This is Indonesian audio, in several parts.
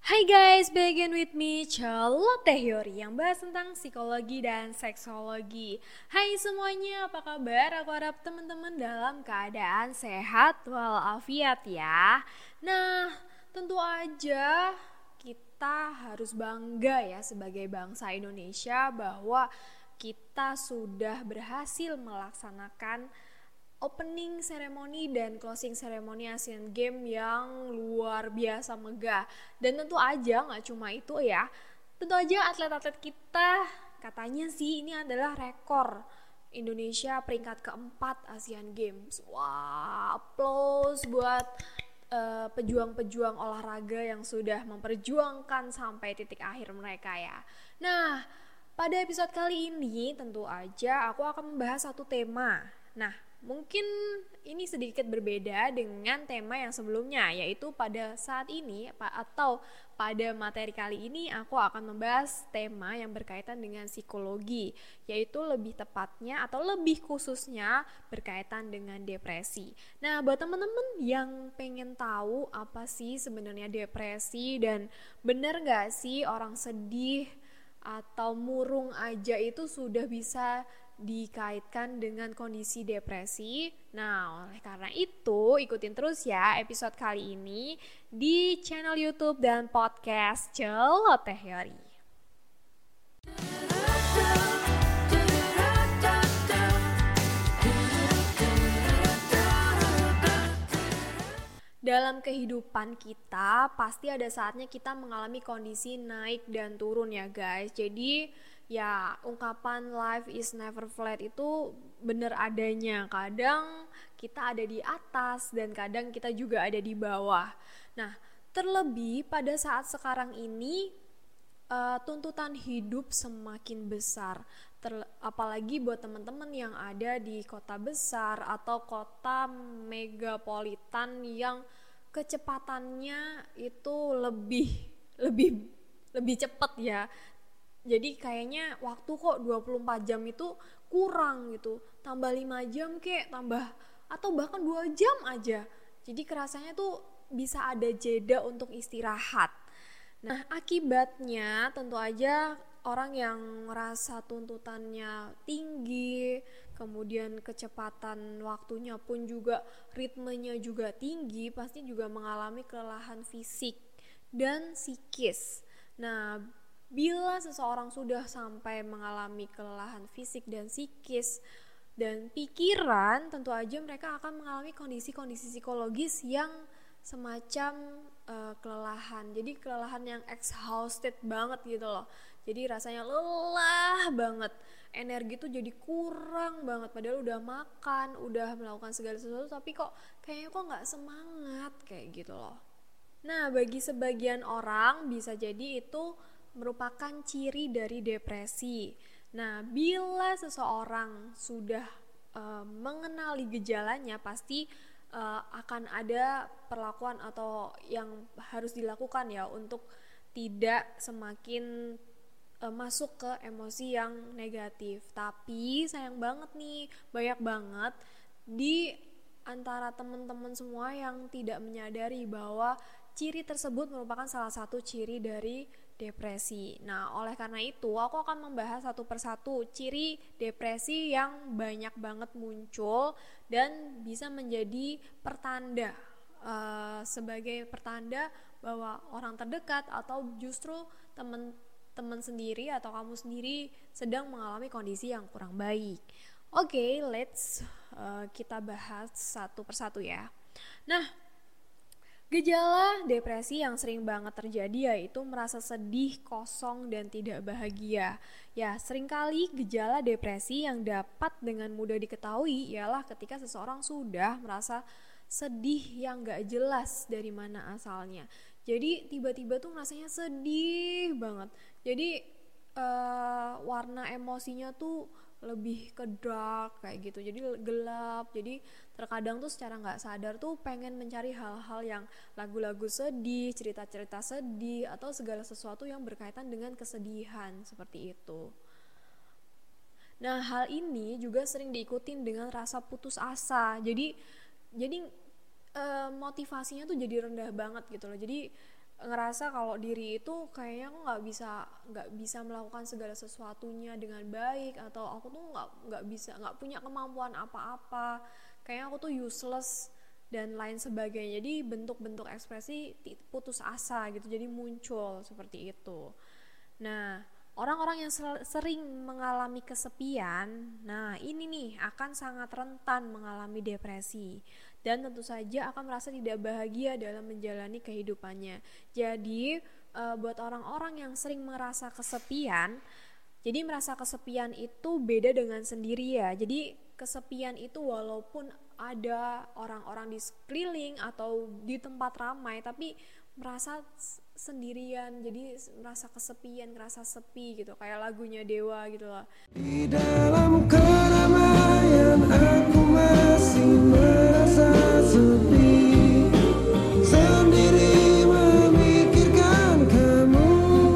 Hai guys, begin with me, Charlotte Hyori yang bahas tentang psikologi dan seksologi. Hai semuanya, apa kabar? Aku harap teman-teman dalam keadaan sehat walafiat ya. Nah, tentu aja kita harus bangga ya sebagai bangsa Indonesia bahwa kita sudah berhasil melaksanakan opening ceremony dan closing ceremony Asian Games yang luar biasa megah. Dan tentu aja gak cuma itu ya, tentu aja atlet-atlet kita katanya sih ini adalah rekor Indonesia peringkat keempat Asian Games. Wah, applause buat pejuang-pejuang olahraga yang sudah memperjuangkan sampai titik akhir mereka ya. Nah, pada episode kali ini tentu aja aku akan membahas satu tema. Nah, mungkin ini sedikit berbeda dengan tema yang sebelumnya, yaitu pada saat ini atau pada materi kali ini aku akan membahas tema yang berkaitan dengan psikologi, yaitu lebih tepatnya atau lebih khususnya berkaitan dengan depresi. Nah, buat teman-teman yang pengen tahu apa sih sebenarnya depresi dan benar gak sih orang sedih atau murung aja itu sudah bisa dikaitkan dengan kondisi depresi. Nah, oleh karena itu ikutin terus ya episode kali ini di channel YouTube dan podcast Charlotte Hyori. Dalam kehidupan kita pasti ada saatnya kita mengalami kondisi naik dan turun ya guys. Jadi ya ungkapan life is never flat itu bener adanya. Kadang kita ada di atas dan kadang kita juga ada di bawah. Nah, terlebih pada saat sekarang ini tuntutan hidup semakin besar. Apalagi buat teman-teman yang ada di kota besar atau kota megapolitan yang kecepatannya itu lebih cepat ya. Jadi kayaknya waktu kok 24 jam itu kurang gitu. Tambah 5 jam kek, tambah atau bahkan 2 jam aja. Jadi kerasanya tuh bisa ada jeda untuk istirahat. Nah, akibatnya tentu aja orang yang merasa tuntutannya tinggi, kemudian kecepatan waktunya pun juga, ritmenya juga tinggi, pasti juga mengalami kelelahan fisik dan psikis. Nah, bila seseorang sudah sampai mengalami kelelahan fisik dan psikis dan pikiran, tentu aja mereka akan mengalami kondisi-kondisi psikologis yang semacam kelelahan. Jadi kelelahan yang exhausted banget gitu loh. Jadi rasanya lelah banget. Energi tuh jadi kurang banget. Padahal udah makan, udah melakukan segala sesuatu, tapi kayaknya gak semangat kayak gitu loh. Nah, bagi sebagian orang bisa jadi itu merupakan ciri dari depresi. Nah, bila seseorang sudah mengenali gejalanya, pasti akan ada perlakuan atau yang harus dilakukan ya untuk tidak semakin masuk ke emosi yang negatif. Tapi sayang banget nih, banyak banget di antara teman-teman semua yang tidak menyadari bahwa ciri tersebut merupakan salah satu ciri dari depresi. Nah, oleh karena itu aku akan membahas satu persatu ciri depresi yang banyak banget muncul dan bisa menjadi pertanda sebagai pertanda bahwa orang terdekat atau justru teman sendiri atau kamu sendiri sedang mengalami kondisi yang kurang baik. Oke, let's kita bahas satu persatu ya. Nah, gejala depresi yang sering banget terjadi yaitu merasa sedih, kosong, dan tidak bahagia. Ya, seringkali gejala depresi yang dapat dengan mudah diketahui ialah ketika seseorang sudah merasa sedih yang gak jelas dari mana asalnya. Jadi tiba-tiba tuh rasanya sedih banget. Jadi warna emosinya tuh lebih ke dark kayak gitu, jadi gelap. Jadi terkadang tuh secara nggak sadar tuh pengen mencari hal-hal yang lagu-lagu sedih, cerita-cerita sedih, atau segala sesuatu yang berkaitan dengan kesedihan seperti itu. Nah, hal ini juga sering diikutin dengan rasa putus asa. Jadi motivasinya tuh jadi rendah banget gitu loh. Jadi ngerasa kalau diri itu kayaknya aku nggak bisa melakukan segala sesuatunya dengan baik, atau aku tuh nggak punya kemampuan apa-apa, kayaknya aku tuh useless dan lain sebagainya. Jadi bentuk-bentuk ekspresi putus asa gitu jadi muncul seperti itu. Nah, orang-orang yang sering mengalami kesepian, nah ini nih akan sangat rentan mengalami depresi dan tentu saja akan merasa tidak bahagia dalam menjalani kehidupannya. Jadi, buat orang-orang yang sering merasa kesepian, jadi merasa kesepian itu beda dengan sendiri ya. Jadi kesepian itu walaupun ada orang-orang di sekeliling atau di tempat ramai, tapi merasa sendirian, jadi merasa kesepian, merasa sepi gitu, kayak lagunya Dewa gitu loh. Di dalam keramaian aku masih merasa sepi, sendiri memikirkan kamu.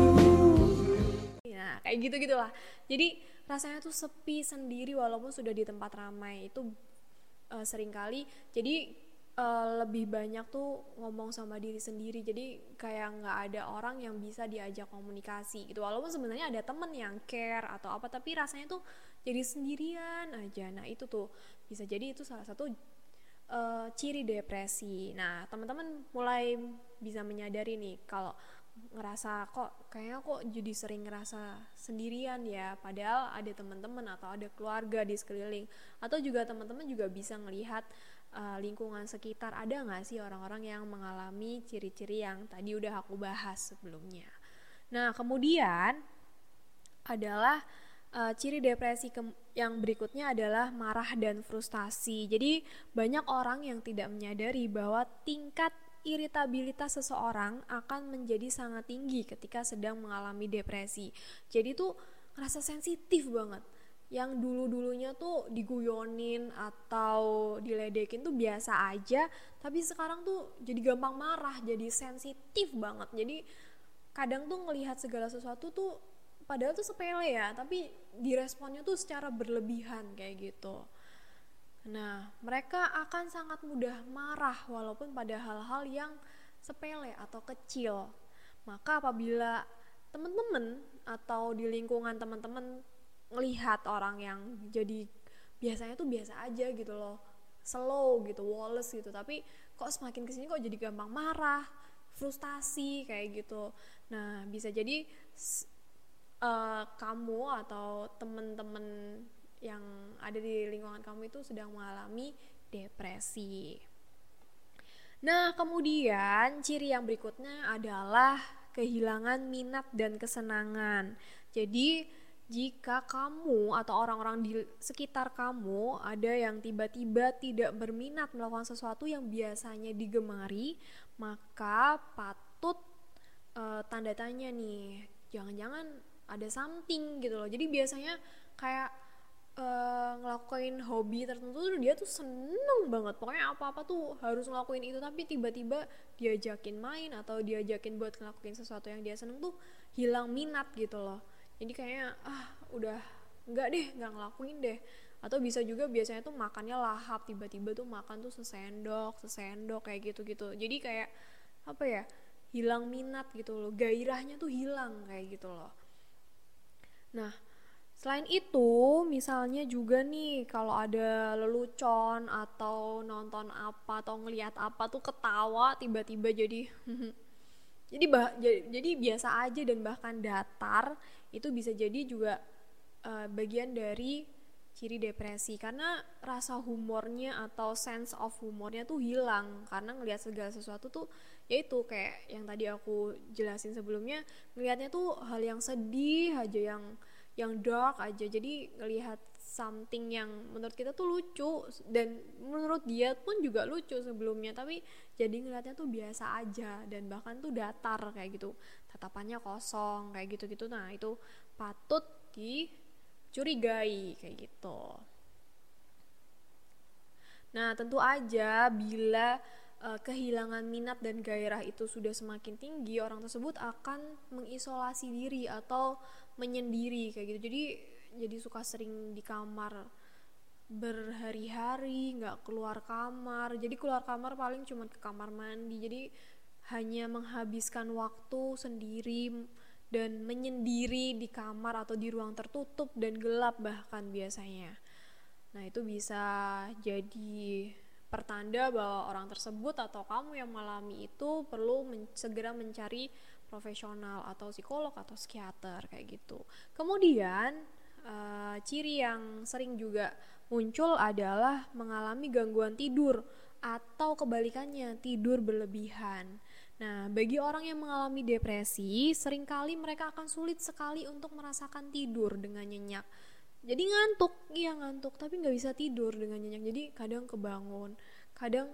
Nah, kayak gitu-gitulah. Jadi rasanya tuh sepi sendiri walaupun sudah di tempat ramai. Itu seringkali jadi lebih banyak tuh ngomong sama diri sendiri, jadi kayak nggak ada orang yang bisa diajak komunikasi gitu, walaupun sebenarnya ada temen yang care atau apa, tapi rasanya tuh jadi sendirian aja. Nah itu tuh bisa jadi itu salah satu ciri depresi. Nah teman-teman mulai bisa menyadari nih kalau ngerasa kayaknya jadi sering ngerasa sendirian ya, padahal ada teman-teman atau ada keluarga di sekeliling, atau juga teman-teman juga bisa ngelihat lingkungan sekitar, ada nggak sih orang-orang yang mengalami ciri-ciri yang tadi udah aku bahas sebelumnya. Nah kemudian adalah ciri depresi yang berikutnya adalah marah dan frustasi. Jadi banyak orang yang tidak menyadari bahwa tingkat iritabilitas seseorang akan menjadi sangat tinggi ketika sedang mengalami depresi. Jadi tuh ngerasa sensitif banget. Yang dulu-dulunya tuh diguyonin atau diledekin tuh biasa aja, tapi sekarang tuh jadi gampang marah, jadi sensitif banget. Jadi kadang tuh ngelihat segala sesuatu tuh padahal tuh sepele ya, tapi diresponnya tuh secara berlebihan kayak gitu. Nah, mereka akan sangat mudah marah walaupun pada hal-hal yang sepele atau kecil. Maka apabila teman-teman atau di lingkungan teman-teman ngelihat orang yang jadi biasanya tuh biasa aja gitu loh, slow gitu, woles gitu, tapi kok semakin kesini kok jadi gampang marah, frustasi kayak gitu. Nah bisa jadi kamu atau teman-teman yang ada di lingkungan kamu itu sedang mengalami depresi. Nah kemudian ciri yang berikutnya adalah kehilangan minat dan kesenangan. Jadi jika kamu atau orang-orang di sekitar kamu ada yang tiba-tiba tidak berminat melakukan sesuatu yang biasanya digemari, maka patut tanda tanya nih, jangan-jangan ada something gitu loh. Jadi biasanya kayak ngelakuin hobi tertentu dia tuh seneng banget, pokoknya apa-apa tuh harus ngelakuin itu, tapi tiba-tiba diajakin main atau diajakin buat ngelakuin sesuatu yang dia seneng tuh hilang minat gitu loh. Jadi kayaknya udah nggak ngelakuin deh. Atau bisa juga biasanya tuh makannya lahap, tiba-tiba tuh makan tuh sesendok kayak gitu-gitu. Jadi kayak apa ya, hilang minat gitu loh, gairahnya tuh hilang kayak gitu loh. Nah selain itu misalnya juga nih kalau ada lelucon atau nonton apa atau ngelihat apa tuh ketawa tiba-tiba jadi jadi biasa aja dan bahkan datar, itu bisa jadi juga bagian dari ciri depresi, karena rasa humornya atau sense of humornya tuh hilang karena ngelihat segala sesuatu tuh yaitu kayak yang tadi aku jelasin sebelumnya, ngelihatnya tuh hal yang sedih aja, yang dark aja. Jadi ngelihat something yang menurut kita tuh lucu dan menurut dia pun juga lucu sebelumnya, tapi jadi ngelihatnya tuh biasa aja dan bahkan tuh datar kayak gitu, tatapannya kosong kayak gitu-gitu. Nah itu patut dicurigai kayak gitu. Nah tentu aja bila kehilangan minat dan gairah itu sudah semakin tinggi, orang tersebut akan mengisolasi diri atau menyendiri kayak gitu. Jadi suka sering di kamar berhari-hari, nggak keluar kamar. Jadi keluar kamar paling cuma ke kamar mandi. Jadi hanya menghabiskan waktu sendiri dan menyendiri di kamar atau di ruang tertutup dan gelap bahkan biasanya. Nah, itu bisa jadi pertanda bahwa orang tersebut atau kamu yang mengalami itu perlu segera mencari profesional atau psikolog atau psikiater kayak gitu. Kemudian ciri yang sering juga muncul adalah mengalami gangguan tidur atau kebalikannya, tidur berlebihan. Nah, bagi orang yang mengalami depresi, seringkali mereka akan sulit sekali untuk merasakan tidur dengan nyenyak. Jadi ngantuk, tapi nggak bisa tidur dengan nyenyak. Jadi kadang kebangun, kadang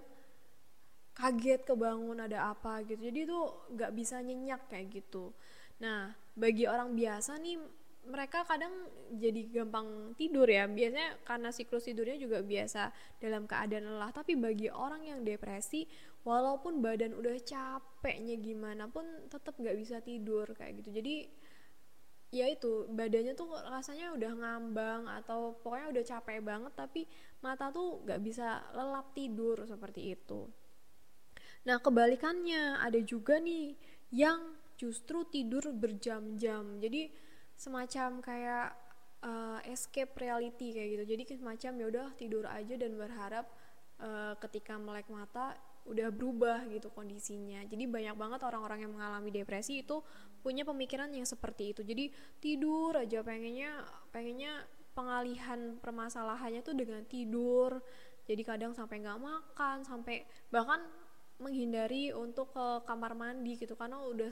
kaget kebangun ada apa gitu. Jadi itu nggak bisa nyenyak kayak gitu. Nah, bagi orang biasa nih, mereka kadang jadi gampang tidur ya. Biasanya karena siklus tidurnya juga biasa dalam keadaan lelah. Tapi bagi orang yang depresi, walaupun badan udah capeknya gimana pun tetap nggak bisa tidur kayak gitu. Jadi ya itu, badannya tuh rasanya udah ngambang atau pokoknya udah capek banget tapi mata tuh gak bisa lelap tidur seperti itu. Nah, kebalikannya ada juga nih yang justru tidur berjam-jam. Jadi semacam kayak escape reality kayak gitu. Jadi semacam ya udah tidur aja dan berharap ketika melek mata udah berubah gitu kondisinya. Jadi banyak banget orang-orang yang mengalami depresi itu punya pemikiran yang seperti itu. Jadi tidur aja, pengennya pengalihan permasalahannya tuh dengan tidur. Jadi kadang sampai nggak makan, sampai bahkan menghindari untuk ke kamar mandi gitu karena udah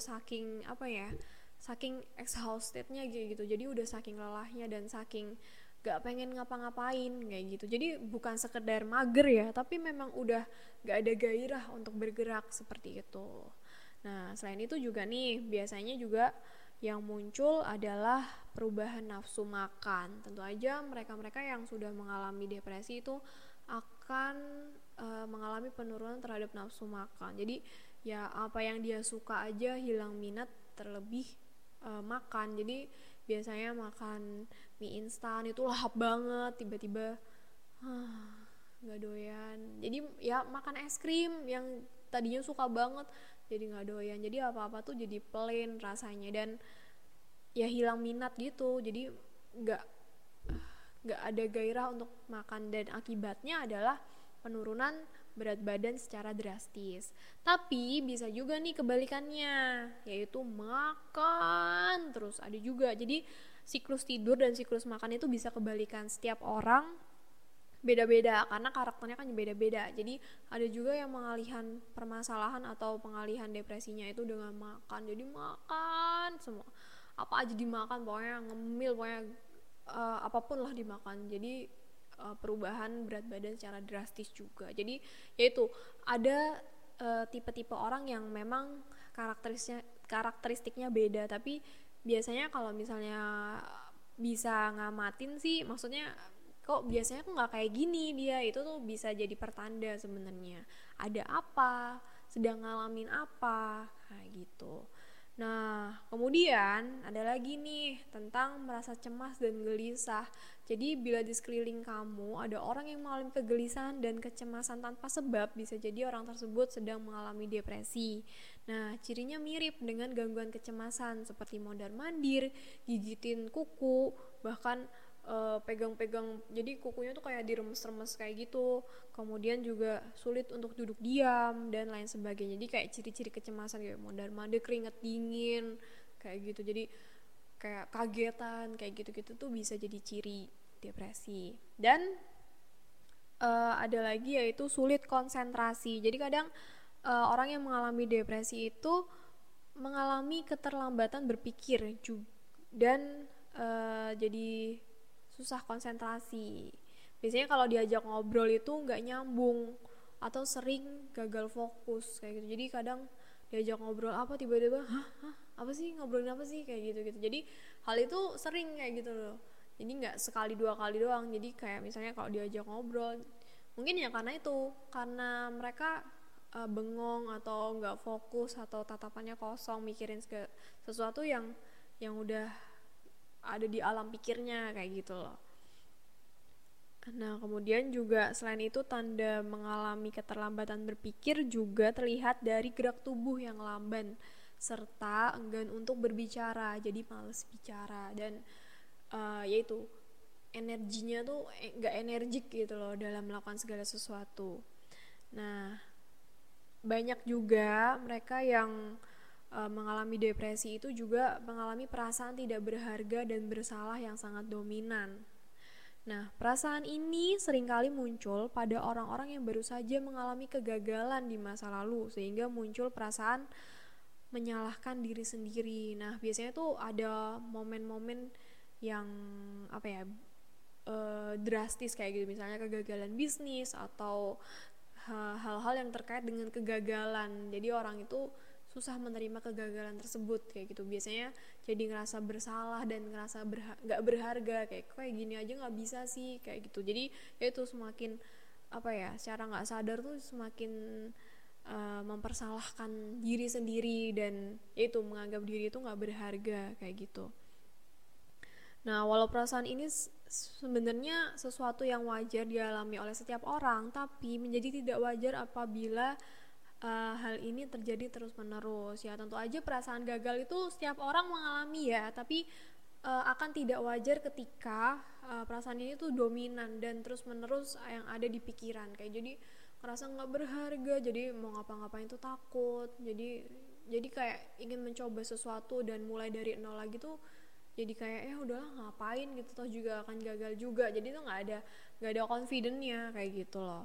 saking exhaustednya gitu. Jadi udah saking lelahnya dan saking gak pengen ngapa-ngapain kayak gitu. Jadi bukan sekedar mager ya, tapi memang udah gak ada gairah untuk bergerak seperti itu. Nah, selain itu juga nih, biasanya juga yang muncul adalah perubahan nafsu makan. Tentu aja mereka-mereka yang sudah mengalami depresi itu akan mengalami penurunan terhadap nafsu makan. Jadi ya apa yang dia suka aja hilang minat, terlebih makan. Jadi biasanya makan mie instan itu lahap banget, tiba-tiba nggak doyan. Jadi ya makan es krim yang tadinya suka banget jadi nggak doyan. Jadi apa-apa tuh jadi plain rasanya dan ya hilang minat gitu. Jadi nggak ada gairah untuk makan dan akibatnya adalah penurunan berat badan secara drastis. Tapi bisa juga nih kebalikannya, yaitu makan terus ada juga. Jadi siklus tidur dan siklus makan itu bisa kebalikan. Setiap orang beda-beda karena karakternya kan beda-beda. Jadi ada juga yang pengalihan permasalahan atau pengalihan depresinya itu dengan makan. Jadi makan semua, apa aja dimakan, pokoknya ngemil, pokoknya apapun lah dimakan. Jadi perubahan berat badan secara drastis juga. Jadi yaitu ada tipe-tipe orang yang memang karakteristiknya beda, tapi biasanya kalau misalnya bisa ngamatin sih, maksudnya kok biasanya kok nggak kayak gini dia, itu tuh bisa jadi pertanda sebenarnya ada apa, sedang ngalamin apa kayak gitu. Nah, kemudian ada lagi nih tentang merasa cemas dan gelisah. Jadi bila di sekeliling kamu ada orang yang mengalami kegelisahan dan kecemasan tanpa sebab, bisa jadi orang tersebut sedang mengalami depresi. Nah, cirinya mirip dengan gangguan kecemasan seperti mondar-mandir, gigitin kuku, bahkan pegang-pegang, jadi kukunya tuh kayak diremes-remes kayak gitu. Kemudian juga sulit untuk duduk diam dan lain sebagainya. Jadi kayak ciri-ciri kecemasan kayak mondar-mandir, keringat dingin kayak gitu. Jadi kayak kagetan kayak gitu-gitu tuh bisa jadi ciri depresi. Dan ada lagi yaitu sulit konsentrasi. Jadi kadang orang yang mengalami depresi itu mengalami keterlambatan berpikir dan jadi susah konsentrasi. Biasanya kalau diajak ngobrol itu nggak nyambung atau sering gagal fokus kayak gitu. Jadi kadang diajak ngobrol apa tiba-tiba apa sih, ngobrolin apa sih kayak gitu. Jadi hal itu sering kayak gitu loh. Jadi nggak sekali dua kali doang. Jadi kayak misalnya kalau diajak ngobrol, mungkin ya karena mereka bengong atau nggak fokus atau tatapannya kosong mikirin sesuatu yang udah ada di alam pikirnya kayak gitu loh. Nah, kemudian juga selain itu tanda mengalami keterlambatan berpikir juga terlihat dari gerak tubuh yang lamban serta enggan untuk berbicara, jadi males bicara dan yaitu energinya tuh nggak energik gitu loh dalam melakukan segala sesuatu. Nah, banyak juga mereka yang mengalami depresi itu juga mengalami perasaan tidak berharga dan bersalah yang sangat dominan. Nah, perasaan ini seringkali muncul pada orang-orang yang baru saja mengalami kegagalan di masa lalu, sehingga muncul perasaan menyalahkan diri sendiri. Nah, biasanya tuh ada momen-momen yang apa ya, drastis kayak gitu, misalnya kegagalan bisnis atau hal-hal yang terkait dengan kegagalan. Jadi orang itu susah menerima kegagalan tersebut kayak gitu, biasanya jadi ngerasa bersalah dan ngerasa nggak berharga, kayak gini aja nggak bisa sih kayak gitu. Jadi ya itu semakin apa ya, secara nggak sadar tuh semakin mempersalahkan diri sendiri dan ya itu menganggap diri itu nggak berharga kayak gitu. Nah, walau perasaan ini sebenarnya sesuatu yang wajar dialami oleh setiap orang, tapi menjadi tidak wajar apabila hal ini terjadi terus-menerus. Ya, tentu aja perasaan gagal itu setiap orang mengalami ya, tapi akan tidak wajar ketika perasaan ini tuh dominan dan terus-menerus yang ada di pikiran. Kayak jadi ngerasa nggak berharga, jadi mau ngapa-ngapain tuh takut. Jadi kayak ingin mencoba sesuatu dan mulai dari nol lagi tuh jadi kayak ya udahlah ngapain gitu, toh juga akan gagal juga, jadi tuh nggak ada confidence-nya kayak gitu loh.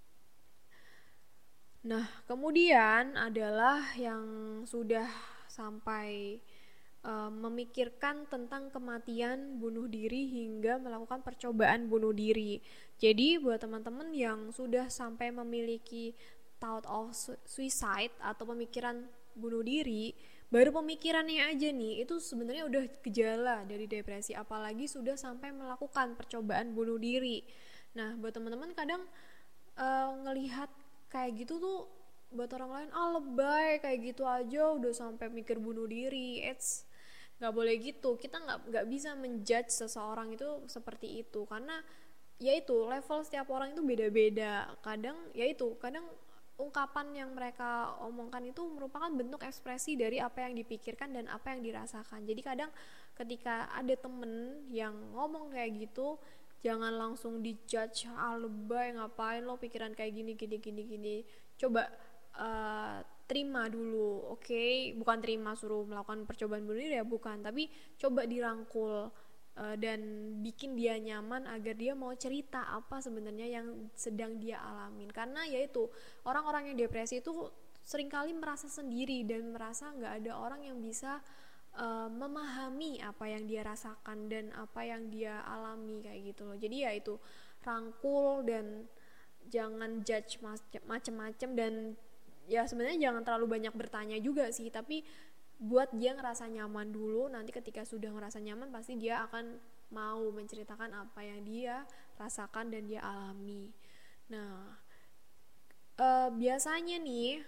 Nah, kemudian adalah yang sudah sampai memikirkan tentang kematian, bunuh diri hingga melakukan percobaan bunuh diri. Jadi buat teman-teman yang sudah sampai memiliki thought of suicide atau pemikiran bunuh diri, baru pemikirannya aja nih itu sebenarnya udah gejala dari depresi, apalagi sudah sampai melakukan percobaan bunuh diri. Nah, buat teman-teman kadang ngelihat kayak gitu tuh, buat orang lain lebay, kayak gitu aja udah sampai mikir bunuh diri. Nggak boleh gitu, kita nggak bisa menjudge seseorang itu seperti itu, karena ya itu level setiap orang itu beda-beda. Kadang ungkapan yang mereka omongkan itu merupakan bentuk ekspresi dari apa yang dipikirkan dan apa yang dirasakan. Jadi kadang ketika ada temen yang ngomong kayak gitu, jangan langsung dijudge, lebay ngapain lo pikiran kayak gini. Coba terima dulu, oke? Bukan terima suruh melakukan percobaan bunuh diri ya, bukan, tapi coba dirangkul dan bikin dia nyaman agar dia mau cerita apa sebenarnya yang sedang dia alamin. Karena yaitu orang-orang yang depresi itu seringkali merasa sendiri dan merasa nggak ada orang yang bisa memahami apa yang dia rasakan dan apa yang dia alami kayak gitu loh. Jadi ya itu, rangkul dan jangan judge macem-macem, dan ya sebenarnya jangan terlalu banyak bertanya juga sih, tapi buat dia ngerasa nyaman dulu. Nanti ketika sudah ngerasa nyaman pasti dia akan mau menceritakan apa yang dia rasakan dan dia alami. Nah, biasanya nih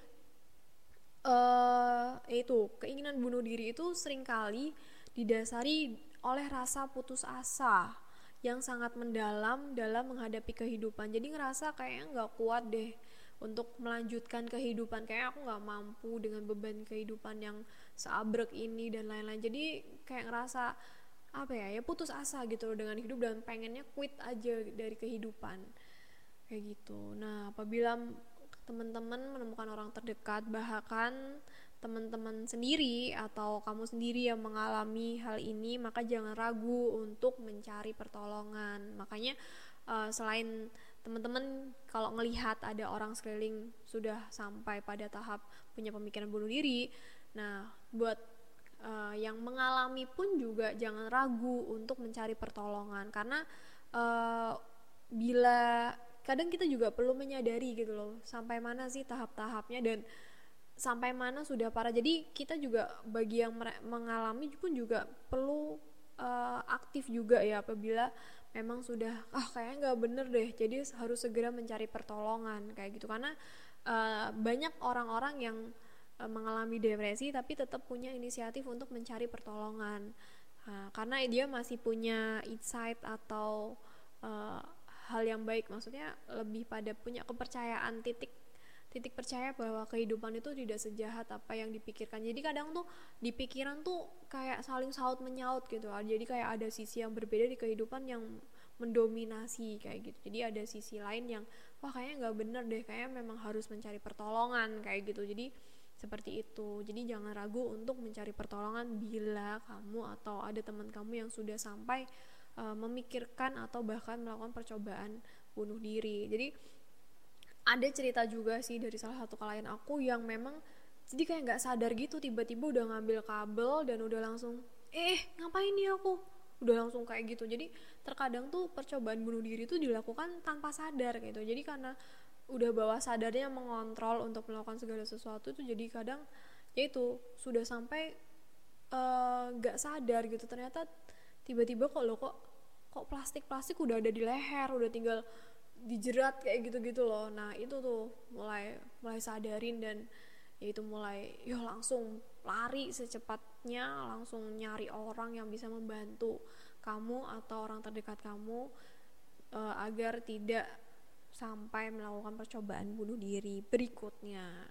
itu keinginan bunuh diri itu seringkali didasari oleh rasa putus asa yang sangat mendalam dalam menghadapi kehidupan. Jadi ngerasa kayaknya nggak kuat deh untuk melanjutkan kehidupan, kayak aku nggak mampu dengan beban kehidupan yang seabrek ini dan lain-lain. Jadi kayak ngerasa apa ya putus asa gitu loh dengan hidup dan pengennya quit aja dari kehidupan kayak gitu. Nah, apabila teman-teman menemukan orang terdekat, bahkan teman-teman sendiri atau kamu sendiri yang mengalami hal ini, maka jangan ragu untuk mencari pertolongan. Makanya selain teman-teman kalau ngelihat ada orang sekeliling sudah sampai pada tahap punya pemikiran bunuh diri, nah buat yang mengalami pun juga jangan ragu untuk mencari pertolongan, karena bila kadang kita juga perlu menyadari gitu loh, sampai mana sih tahap-tahapnya dan sampai mana sudah parah. Jadi kita juga bagi yang mengalami pun juga perlu aktif juga ya apabila memang sudah kayaknya nggak bener deh, jadi harus segera mencari pertolongan kayak gitu. Karena banyak orang-orang yang mengalami depresi tapi tetap punya inisiatif untuk mencari pertolongan, karena dia masih punya insight atau hal yang baik, maksudnya lebih pada punya kepercayaan, titik percaya bahwa kehidupan itu tidak sejahat apa yang dipikirkan. Jadi kadang tuh di pikiran tuh kayak saling saut menyaut gitu. Jadi kayak ada sisi yang berbeda di kehidupan yang mendominasi kayak gitu. Jadi ada sisi lain yang wah kayaknya nggak bener deh, kayaknya memang harus mencari pertolongan kayak gitu. Jadi seperti itu. Jadi jangan ragu untuk mencari pertolongan bila kamu atau ada teman kamu yang sudah sampai memikirkan atau bahkan melakukan percobaan bunuh diri. Jadi ada cerita juga sih dari salah satu klien aku yang memang jadi kayak nggak sadar gitu, tiba-tiba udah ngambil kabel dan udah langsung ngapain nih aku, udah langsung kayak gitu. Jadi terkadang tuh percobaan bunuh diri tuh dilakukan tanpa sadar gitu. Jadi karena udah bawah sadarnya mengontrol untuk melakukan segala sesuatu tuh, jadi kadang ya itu sudah sampai nggak sadar gitu, ternyata tiba-tiba kok plastik udah ada di leher, udah tinggal dijerat kayak gitu-gitu loh. Nah itu tuh mulai sadarin dan ya itu mulai langsung lari secepatnya, langsung nyari orang yang bisa membantu kamu atau orang terdekat kamu agar tidak sampai melakukan percobaan bunuh diri berikutnya.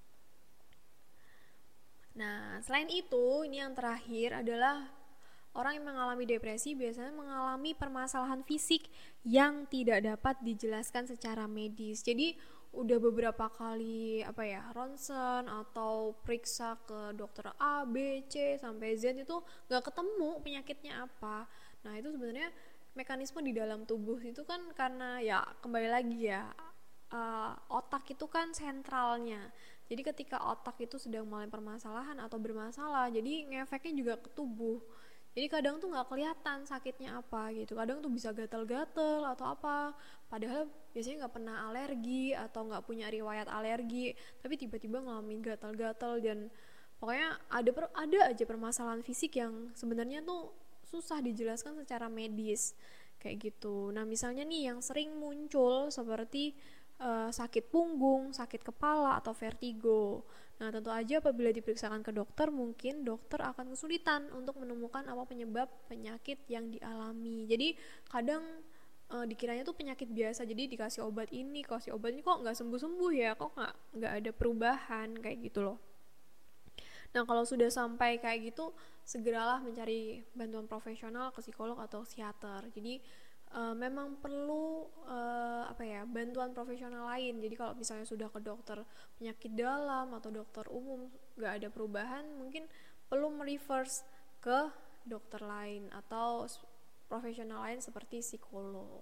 Nah selain itu, ini yang terakhir adalah orang yang mengalami depresi biasanya mengalami permasalahan fisik yang tidak dapat dijelaskan secara medis. Jadi udah beberapa kali ronsen atau periksa ke dokter A, B, C sampai Z itu nggak ketemu penyakitnya apa. Nah itu sebenarnya mekanisme di dalam tubuh itu kan karena ya kembali lagi ya otak itu kan sentralnya. Jadi ketika otak itu sedang mengalami permasalahan atau bermasalah, jadi ngefeknya juga ke tubuh. Jadi kadang tuh nggak kelihatan sakitnya apa gitu, kadang tuh bisa gatal-gatal atau apa, padahal biasanya nggak pernah alergi atau nggak punya riwayat alergi, tapi tiba-tiba ngalamin gatal-gatal dan pokoknya ada aja permasalahan fisik yang sebenarnya tuh susah dijelaskan secara medis kayak gitu. Nah misalnya nih yang sering muncul seperti sakit punggung, sakit kepala atau vertigo. Nah tentu aja apabila diperiksakan ke dokter, mungkin dokter akan kesulitan untuk menemukan apa penyebab penyakit yang dialami. Jadi kadang dikiranya tuh penyakit biasa, jadi dikasih obat ini kok nggak sembuh ya, kok nggak ada perubahan kayak gitu loh. Nah kalau sudah sampai kayak gitu, segeralah mencari bantuan profesional ke psikolog atau psikiater. Jadi memang perlu bantuan profesional lain. Jadi kalau misalnya sudah ke dokter penyakit dalam atau dokter umum nggak ada perubahan, mungkin perlu mereverse ke dokter lain atau profesional lain seperti psikolog.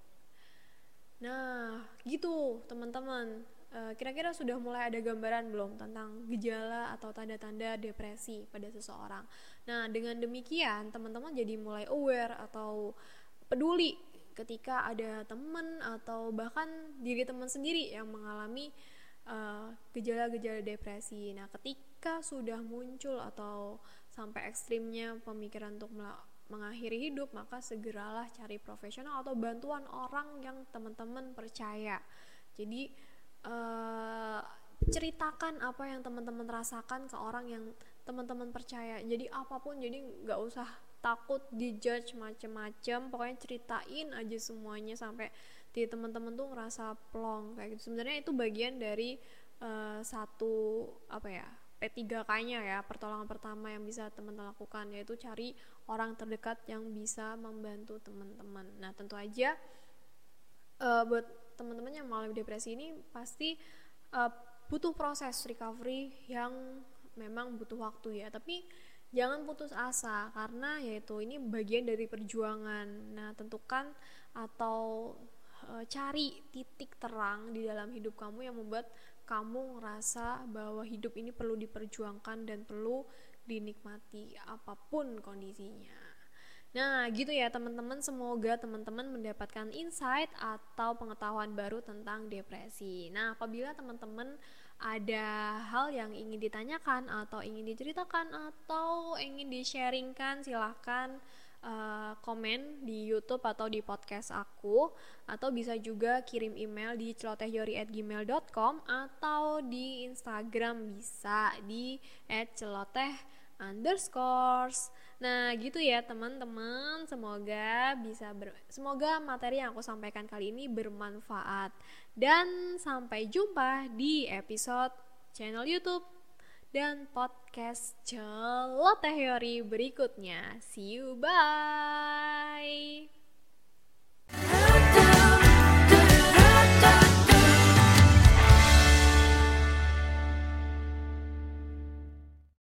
Nah gitu teman-teman, kira-kira sudah mulai ada gambaran belum tentang gejala atau tanda-tanda depresi pada seseorang. Nah dengan demikian teman-teman jadi mulai aware atau peduli ketika ada teman atau bahkan diri teman sendiri yang mengalami gejala-gejala depresi. Nah ketika sudah muncul atau sampai ekstrimnya pemikiran untuk mengakhiri hidup, maka segeralah cari profesional atau bantuan orang yang teman-teman percaya. Jadi ceritakan apa yang teman-teman rasakan ke orang yang teman-teman percaya. Jadi apapun, jadi nggak usah takut dijudge macem-macem, pokoknya ceritain aja semuanya sampai di teman-teman tuh ngerasa plong kayak gitu. Sebenarnya itu bagian dari satu P3K-nya ya, pertolongan pertama yang bisa teman-teman lakukan, yaitu cari orang terdekat yang bisa membantu teman-teman. Nah tentu aja buat teman-teman yang mengalami depresi ini pasti butuh proses recovery yang memang butuh waktu ya, tapi jangan putus asa karena yaitu ini bagian dari perjuangan. Nah tentukan atau cari titik terang di dalam hidup kamu yang membuat kamu ngerasa bahwa hidup ini perlu diperjuangkan dan perlu dinikmati apapun kondisinya. Nah gitu ya teman-teman, semoga teman-teman mendapatkan insight atau pengetahuan baru tentang depresi. Nah apabila teman-teman ada hal yang ingin ditanyakan atau ingin diceritakan atau ingin di-sharingkan, silahkan komen di YouTube atau di podcast aku, atau bisa juga kirim email di celotehyori@gmail.com atau di Instagram bisa di @celoteh_ _. Nah gitu ya teman-teman, semoga materi yang aku sampaikan kali ini bermanfaat. Dan sampai jumpa di episode channel YouTube dan podcast Celoteh Yori berikutnya. See you, bye.